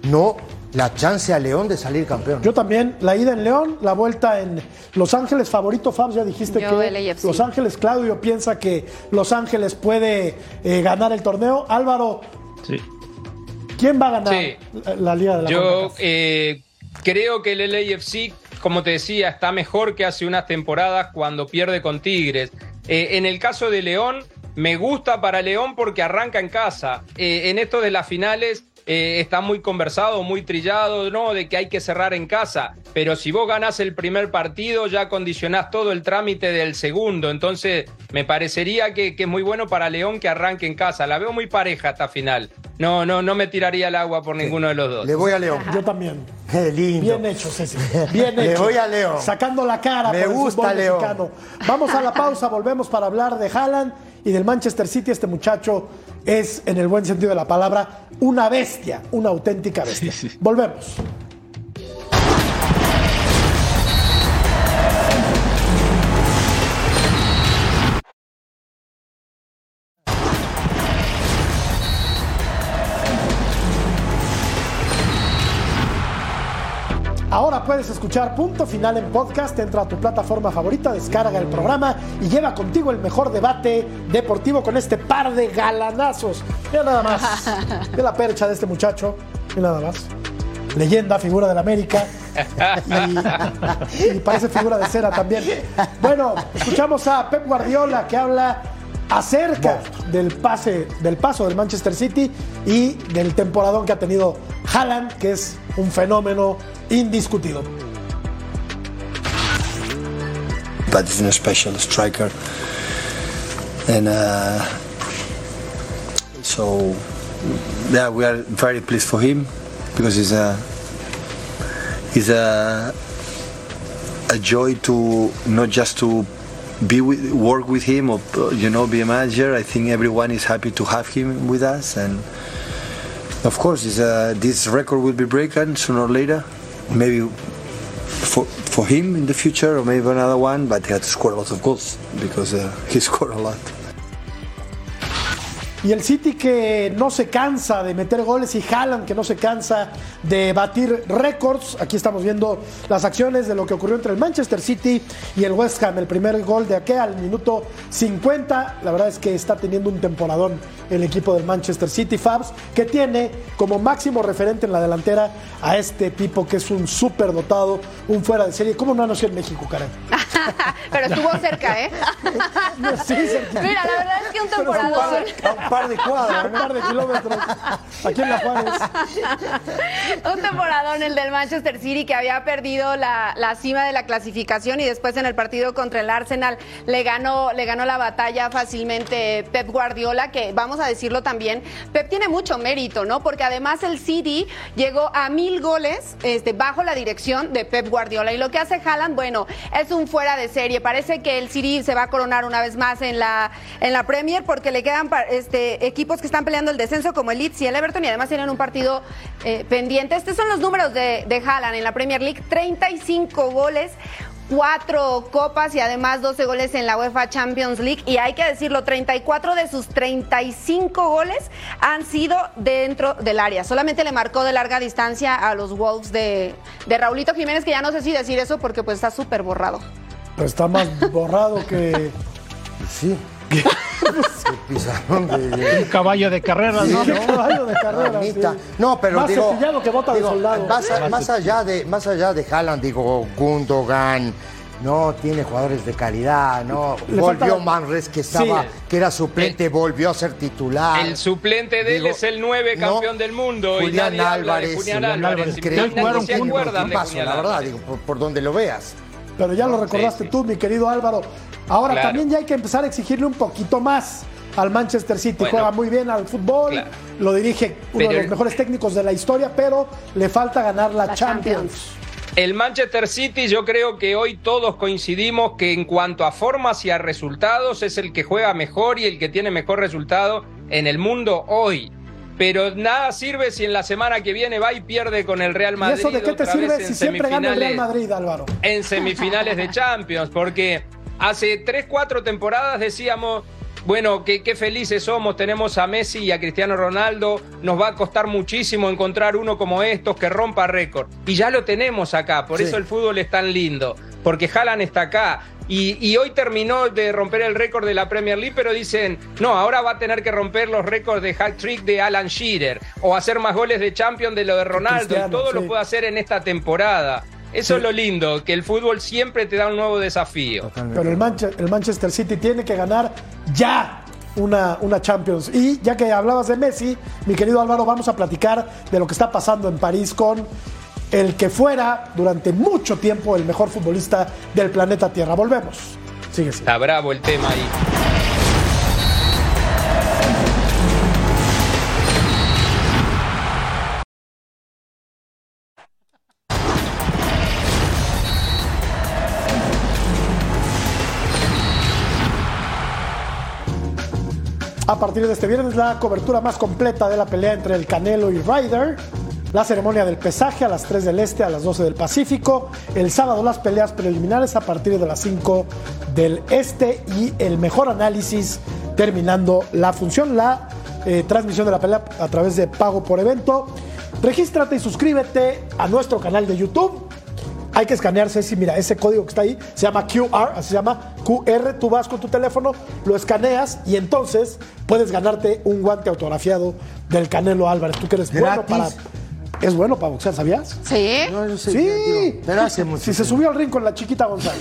la chance a León de salir campeón. Yo también, la ida en León, la vuelta en Los Ángeles. Favorito, Fabs, ya dijiste que Los Ángeles. Claudio piensa que Los Ángeles puede ganar el torneo. Álvaro, sí, ¿quién va a ganar la Liga de la CONCACAF? Yo creo que el LAFC, como te decía, está mejor que hace unas temporadas cuando pierde con Tigres. En el caso de León, me gusta para León porque arranca en casa. En esto de las finales está muy conversado, muy trillado, ¿no? De que hay que cerrar en casa, pero si vos ganás el primer partido ya condicionás todo el trámite del segundo, entonces me parecería que es muy bueno para León que arranque en casa. La veo muy pareja esta final. No me tiraría al agua por ninguno de los dos. Le voy a León. Yo también. Qué lindo. Bien hecho, Ceci. Bien hecho. Le voy a León. Sacando la cara Me por gusta el fútbol León. mexicano. Vamos a la pausa, volvemos para hablar de Haaland y del Manchester City. Este muchacho es, en el buen sentido de la palabra, una bestia, una auténtica bestia. Sí. Volvemos. Ahora puedes escuchar Punto Final en podcast. Entra a tu plataforma favorita, descarga el programa y lleva contigo el mejor debate deportivo con este par de galanazos. Mira nada más, ve la percha de este muchacho. y nada más. Leyenda, figura del América y parece figura de cera también. Bueno, escuchamos a Pep Guardiola que habla acerca del paso del Manchester City y del temporadón que ha tenido Haaland, que es un fenómeno indiscutido. But he's a special striker, and so yeah, we are very pleased for him because he's a joy to not just to work with him or be a manager. I think everyone is happy to have him with us, and of course this record will be broken sooner or later, maybe for him in the future or maybe another one, but he had to score a lot of goals because he scored a lot. Y el City que no se cansa de meter goles y Haaland que no se cansa de batir récords. Aquí estamos viendo las acciones de lo que ocurrió entre el Manchester City y el West Ham. El primer gol de aquí al minuto 50. La verdad es que está teniendo un temporadón el equipo del Manchester City, Fabs, que tiene como máximo referente en la delantera a este tipo que es un súper dotado, un fuera de serie. ¿Cómo no nació en México, Karen? Pero estuvo cerca, ¿eh? Sí, cerca. Mira, la verdad es que un temporadón. Un par de cuadras, un par de kilómetros. Aquí en La Juárez. Un temporadón el del Manchester City, que había perdido la cima de la clasificación y después en el partido contra el Arsenal le ganó la batalla fácilmente Pep Guardiola, que vamos a decirlo también, Pep tiene mucho mérito, ¿no? Porque además el City llegó a 1000 goles bajo la dirección de Pep Guardiola, y lo que hace Haaland, bueno, es un fuera de serie. Parece que el City se va a coronar una vez más en la Premier, porque le quedan equipos que están peleando el descenso como el Leeds y el Everton, y además tienen un partido pendiente. Estos son los números de Haaland en la Premier League: 35 goles, 4 copas y además 12 goles en la UEFA Champions League. Y hay que decirlo, 34 de sus 35 goles han sido dentro del área. Solamente le marcó de larga distancia a los Wolves de Raulito Jiménez, que ya no sé si decir eso porque pues está súper borrado. Pero está más borrado que... Sí. Un caballo de carreras, ¿no? Sí, un caballo de carreras, sí. No, pero más cepillado que bota de soldado. Más allá de Haaland, digo, Gundogan, no tiene jugadores de calidad, no. Volvió Manres, que era suplente, volvió a ser titular. El suplente de él es el 9 campeón del mundo. Julián y Álvarez. Julián Álvarez. Jugaron se acuerdan de paso, la verdad, digo, por donde lo veas. Pero ya lo recordaste tú, mi querido Álvaro. Ahora también ya hay que empezar a exigirle un poquito más al Manchester City. Bueno, juega muy bien al fútbol, lo dirige uno de los mejores técnicos de la historia, pero le falta ganar la Champions. El Manchester City, yo creo que hoy todos coincidimos que en cuanto a formas y a resultados es el que juega mejor y el que tiene mejor resultado en el mundo hoy. Pero nada sirve si en la semana que viene va y pierde con el Real Madrid. ¿Y eso de qué te sirve si siempre gana el Real Madrid, Álvaro? En semifinales de Champions, porque hace 3-4 temporadas decíamos, bueno, qué felices somos, tenemos a Messi y a Cristiano Ronaldo, nos va a costar muchísimo encontrar uno como estos que rompa récord. Y ya lo tenemos acá, por eso el fútbol es tan lindo, porque Haaland está acá. Y hoy terminó de romper el récord de la Premier League, pero dicen, no, ahora va a tener que romper los récords de hat-trick de Alan Shearer, o hacer más goles de Champions de lo de Ronaldo, y todo lo puede hacer en esta temporada. Eso es lo lindo, que el fútbol siempre te da un nuevo desafío. Pero el Manchester City tiene que ganar ya una Champions. Y ya que hablabas de Messi, mi querido Álvaro, vamos a platicar de lo que está pasando en París con el que fuera durante mucho tiempo el mejor futbolista del planeta Tierra. Volvemos. Sigue. Está bravo el tema ahí. A partir de este viernes, la cobertura más completa de la pelea entre el Canelo y Ryder. La ceremonia del pesaje a las 3 del Este, a las 12 del Pacífico. El sábado las peleas preliminares a partir de las 5 del Este. Y el mejor análisis terminando la función. La transmisión de la pelea a través de pago por evento. Regístrate y suscríbete a nuestro canal de YouTube. Hay que escanearse, sí, mira, ese código que está ahí se llama QR, así se llama QR. Tú vas con tu teléfono, lo escaneas y entonces puedes ganarte un guante autografiado del Canelo Álvarez. Tú que eres bueno para... es bueno para boxear, ¿sabías? ¿Sí? No, yo sé, Sí. digo, pero hace mucho Si se tiempo. subió al ring con la chiquita González.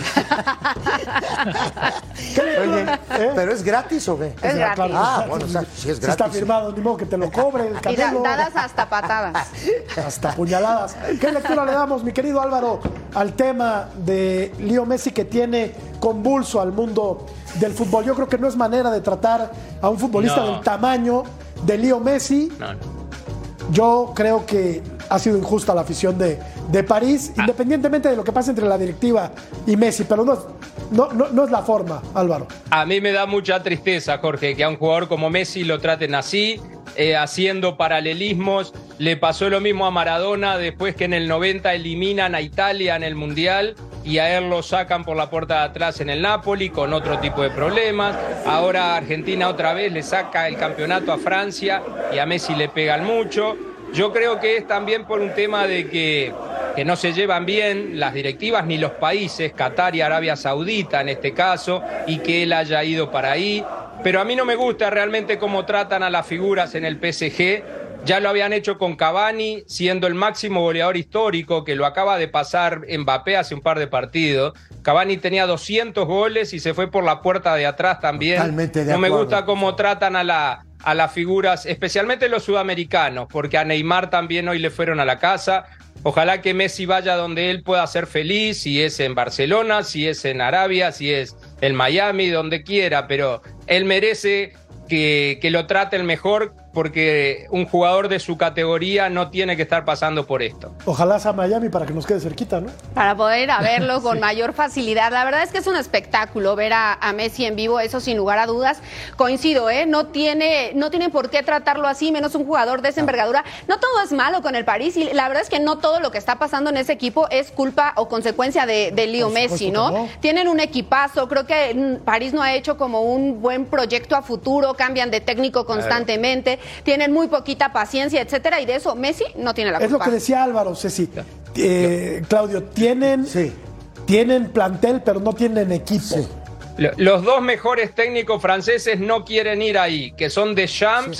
¿Qué le- Oye, ¿Eh? ¿pero es gratis o qué? Es gratis. Claro, Ah, sí, bueno, o sea, si es Si está gratis. firmado, ni modo que te lo cobre el Y Canelo. dadas hasta patadas. Hasta puñaladas. ¿Qué lectura le damos, mi querido Álvaro, al tema de Leo Messi que tiene convulso al mundo del fútbol? Yo creo que no es manera de tratar a un futbolista No. del tamaño de Leo Messi. No. Yo creo que ha sido injusta la afición de París, independientemente de lo que pase entre la directiva y Messi, pero no es la forma, Álvaro. A mí me da mucha tristeza, Jorge, que a un jugador como Messi lo traten así, haciendo paralelismos. Le pasó lo mismo a Maradona después que en el 90 eliminan a Italia en el Mundial y a él lo sacan por la puerta de atrás en el Napoli con otro tipo de problemas. Ahora Argentina otra vez le saca el campeonato a Francia y a Messi le pegan mucho. Yo creo que es también por un tema de que no se llevan bien las directivas ni los países, Qatar y Arabia Saudita en este caso, y que él haya ido para ahí. Pero a mí no me gusta realmente cómo tratan a las figuras en el PSG. Ya lo habían hecho con Cavani, siendo el máximo goleador histórico, que lo acaba de pasar Mbappé hace un par de partidos. Cavani tenía 200 goles y se fue por la puerta de atrás también. Totalmente de No me acuerdo. gusta cómo tratan a las figuras, especialmente los sudamericanos, porque a Neymar también hoy le fueron a la casa. Ojalá que Messi vaya donde él pueda ser feliz, si es en Barcelona, si es en Arabia, si es en Miami, donde quiera, pero él merece que lo traten mejor, porque un jugador de su categoría no tiene que estar pasando por esto. Ojalá sea Miami para que nos quede cerquita, ¿no? Para poder ir a verlo con mayor facilidad. La verdad es que es un espectáculo ver a Messi en vivo, eso sin lugar a dudas. Coincido, no tiene por qué tratarlo así, menos un jugador de esa envergadura. No todo es malo con el París y la verdad es que no todo lo que está pasando en ese equipo es culpa o consecuencia de Leo Messi, ¿no? No. Tienen un equipazo, creo que París no ha hecho como un buen proyecto a futuro, cambian de técnico constantemente. Tienen muy poquita paciencia, etcétera, y de eso Messi no tiene la culpa. Es lo que decía Álvaro, Ceci. Claudio, tienen plantel, pero no tienen equipo. Sí. Los dos mejores técnicos franceses no quieren ir ahí, que son Deschamps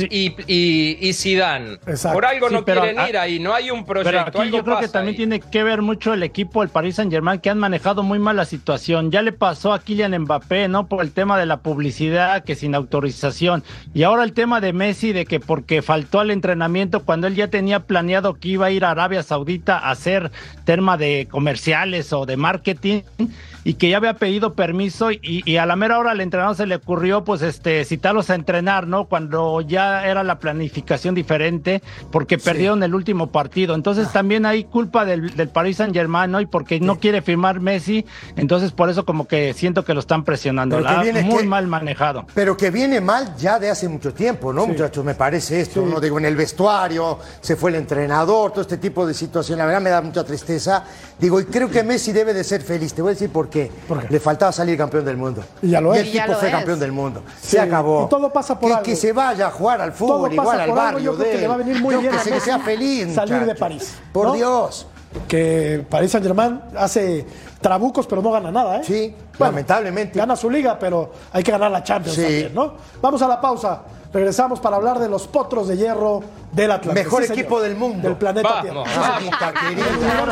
y Zidane. Exacto. Por algo Sí, no pero quieren ir ahí, no hay un proyecto. Pero aquí algo yo creo que pasa también ahí. tiene que ver mucho el equipo del Paris Saint-Germain, que han manejado muy mal la situación. Ya le pasó a Kylian Mbappé, ¿no? Por el tema de la publicidad, que sin autorización. Y ahora el tema de Messi, de que porque faltó al entrenamiento cuando él ya tenía planeado que iba a ir a Arabia Saudita a hacer tema de comerciales o de marketing, y que ya había pedido permiso y a la mera hora al entrenador se le ocurrió pues citarlos a entrenar, ¿no? Cuando ya era la planificación diferente, porque perdieron el último partido. Entonces también hay culpa del Paris Saint-Germain, ¿no? Y porque no quiere firmar Messi, entonces por eso como que siento que lo están presionando. Pero que viene Muy que- mal manejado. Pero que viene mal ya de hace mucho tiempo, ¿no, muchachos? Me parece esto, ¿no? Digo, en el vestuario, se fue el entrenador, todo este tipo de situaciones. La verdad me da mucha tristeza. Digo, y creo que Messi debe de ser feliz. Te voy a decir por qué. ¿Por qué? Le faltaba salir campeón del mundo. Y ya lo Y es. el Ya tipo lo fue es. campeón del mundo. Sí, Se acabó. y todo pasa por algo. Que se vaya a jugar al Todo fútbol, pasa igual al por algo. barrio Yo creo que le va a venir muy Yo bien que a sé que Messi sea feliz, salir de muchacho. París, Por ¿no? Dios. Que Paris Saint-Germain hace trabucos, pero no gana nada, ¿eh? Sí, lamentablemente. Gana su liga, pero hay que ganar la Champions Sí. también, ¿no? Vamos a la pausa. Regresamos para hablar de los potros de hierro del Atlántico. Mejor Sí, equipo señor. del mundo. Del planeta Vamos, Tierra. Mamita querida.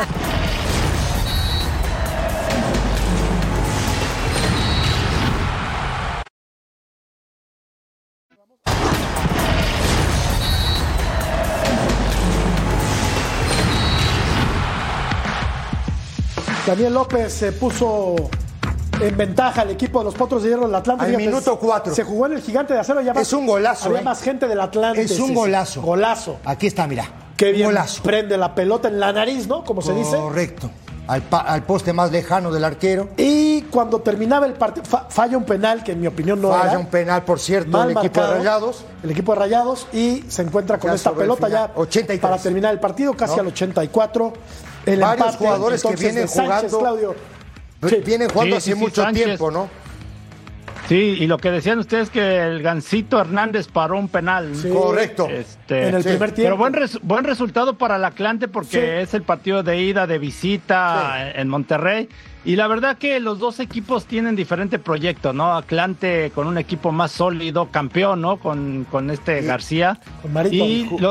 Daniel López se puso en ventaja el equipo de los potros de hierro del Atlante. Al Fíjate, minuto 4. Se jugó en el Gigante de Acero. Es un golazo, Había ¿eh? más gente del Atlante. Es un sí, golazo. Golazo. Aquí está, mira. Qué bien Golazo. prende la pelota en la nariz, ¿no? Como se dice. Correcto. Al poste más lejano del arquero. Y cuando terminaba el partido, falla un penal que en mi opinión no Falla era. un penal, por cierto, Mal el equipo de marcado, Rayados. El equipo de Rayados y se encuentra con Ya esta sobre el pelota final. ya 83. para terminar el partido, casi ¿No? al 84. El Varios empate, jugadores que entonces, vienen de Sánchez, jugando. Claudio. Sí. Vienen jugando Sí, hace sí, sí, mucho Sánchez. tiempo, ¿no? Sí, y lo que decían ustedes que el Gansito Hernández paró un penal. Sí. Correcto. En el Sí. primer tiempo. Pero buen resultado para el Atlante porque Sí. es el partido de ida de visita en Monterrey. Y la verdad que los dos equipos tienen diferente proyecto, ¿no? Atlante con un equipo más sólido, campeón, ¿no? Con García. Con Marito. Y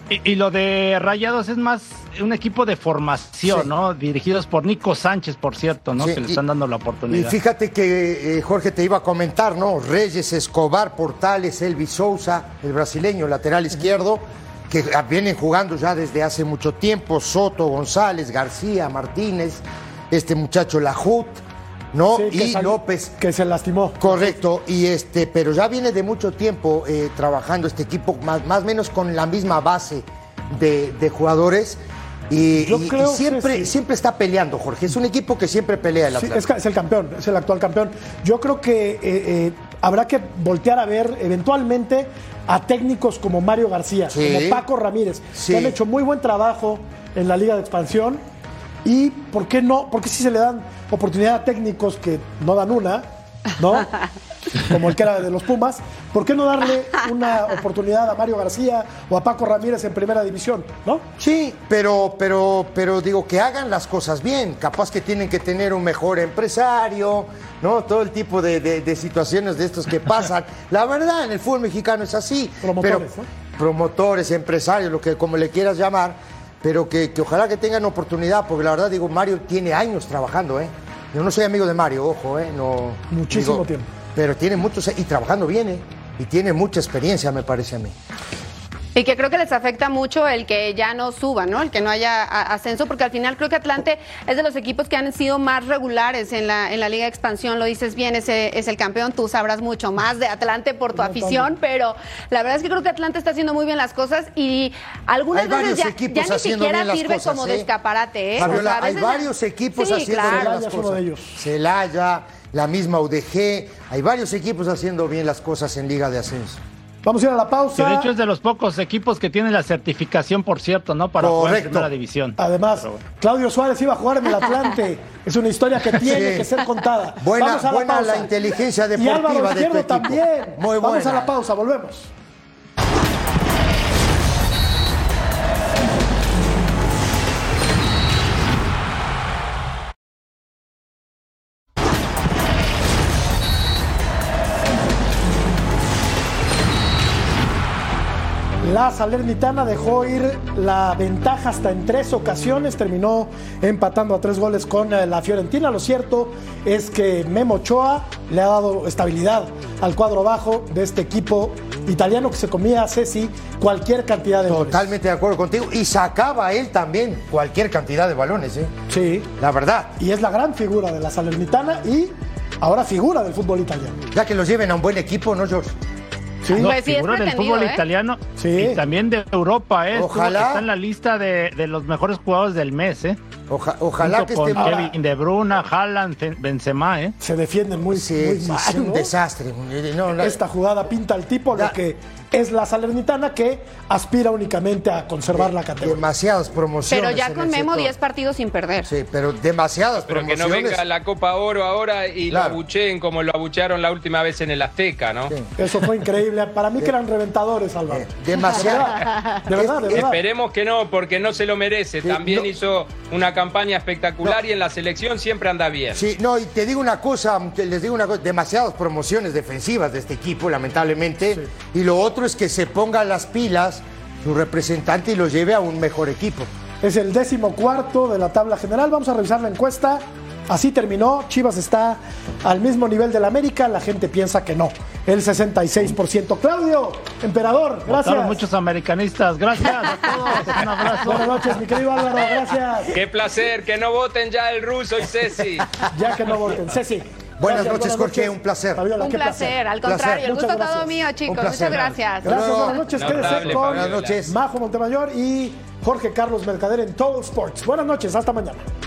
Y lo de Rayados es más un equipo de formación, sí, ¿no? Dirigidos por Nico Sánchez, por cierto, ¿no? Sí, que le están dando la oportunidad. Y fíjate que, Jorge, te iba a comentar, ¿no? Reyes, Escobar, Portales, Elvis Souza, el brasileño, lateral izquierdo, que vienen jugando ya desde hace mucho tiempo, Soto, González, García, Martínez, este muchacho Lajut, ¿no? Sí, y López. Que se lastimó. Correcto, y pero ya viene de mucho tiempo trabajando este equipo, más o menos con la misma base de jugadores. Y siempre está peleando, Jorge. Es un equipo que siempre pelea. Sí, es el campeón, es el actual campeón. Yo creo que habrá que voltear a ver eventualmente a técnicos como Mario García, como Paco Ramírez, que han hecho muy buen trabajo en la Liga de Expansión. Y ¿por qué no? Porque si se le dan oportunidad a técnicos que no dan una, ¿no? Como el que era de los Pumas, ¿por qué no darle una oportunidad a Mario García o a Paco Ramírez en primera división, ¿no? Sí, pero digo, que hagan las cosas bien. Capaz que tienen que tener un mejor empresario, ¿no? Todo el tipo de situaciones de estos que pasan. La verdad, en el fútbol mexicano es así. Promotores, ¿no? Promotores, empresarios, como le quieras llamar, pero que ojalá que tengan oportunidad, porque la verdad, digo, Mario tiene años trabajando, ¿eh? Yo no soy amigo de Mario, ojo, no. Muchísimo tiempo. Pero tiene muchos, y trabajando bien, ¿eh? Y tiene mucha experiencia, me parece a mí. Y que creo que les afecta mucho el que ya no suban, ¿no? El que no haya ascenso, porque al final creo que Atlante es de los equipos que han sido más regulares en la Liga de Expansión. Lo dices bien, es el campeón. Tú sabrás mucho más de Atlante por tu afición, pero la verdad es que creo que Atlante está haciendo muy bien las cosas y algunas veces ya ni siquiera sirve como de escaparate, ¿eh? Fabiola, o sea, hay varios equipos haciendo bien las cosas. Uno de ellos. Celaya, la misma UDG, hay varios equipos haciendo bien las cosas en Liga de Ascenso. Vamos a ir a la pausa. Que de hecho es de los pocos equipos que tienen la certificación, por cierto, ¿no? Para jugar en primera división. Además, Claudio Suárez iba a jugar en el Atlante. Es una historia que tiene que ser contada. Buena la inteligencia deportiva de tu equipo. También. Muy buena. Vamos a la pausa, volvemos. La Salernitana dejó ir la ventaja hasta en 3 ocasiones, terminó empatando a 3 goles con la Fiorentina. Lo cierto es que Memo Ochoa le ha dado estabilidad al cuadro bajo de este equipo italiano que se comía a Ceci cualquier cantidad de goles. Totalmente de acuerdo contigo. Y sacaba él también cualquier cantidad de balones, ¿eh? Sí. La verdad. Y es la gran figura de la Salernitana y ahora figura del fútbol italiano. Ya que los lleven a un buen equipo, ¿no, George? Sí, no, pues sí, figura del fútbol italiano y también de Europa, Ojalá. Está en la lista de los mejores jugadores del mes, Ojalá que esté con Kevin De Bruyne, Haaland, Benzema, Se defienden muy mal. Es un desastre. Esta jugada pinta al tipo lo que es la Salernitana, que aspira únicamente a conservar la categoría. Demasiadas promociones. Pero ya con Memo 10 partidos sin perder. Sí, pero demasiadas promociones. Pero que no venga la Copa Oro ahora y lo abucheen como lo abuchearon la última vez en el Azteca, ¿no? Sí. Eso fue increíble. Para mí que eran reventadores, Álvaro. Demasiado. De verdad. Esperemos que no, porque no se lo merece. También hizo una campaña espectacular y en la selección siempre anda bien. Sí, no, y les digo una cosa, demasiadas promociones defensivas de este equipo, lamentablemente. Sí. Y lo otro es que se ponga las pilas su representante y lo lleve a un mejor equipo. Es el 14º de la tabla general. Vamos a revisar la encuesta. Así terminó. Chivas está al mismo nivel del América. La gente piensa que no. El 66%. Claudio, emperador, gracias. Votaron muchos americanistas. Gracias a todos. Un abrazo. Buenas noches, mi querido Álvaro. Gracias. Qué placer. Que no voten ya el ruso y Ceci. Ya que no voten. Ceci. Buenas noches, Jorge, un placer. Fabiola, un placer, al contrario, el gusto todo mío, chicos. Muchas gracias. Gracias, buenas noches. Quédese con Buenas noches. Majo Montemayor y Jorge Carlos Mercader en Total Sports. Buenas noches, hasta mañana.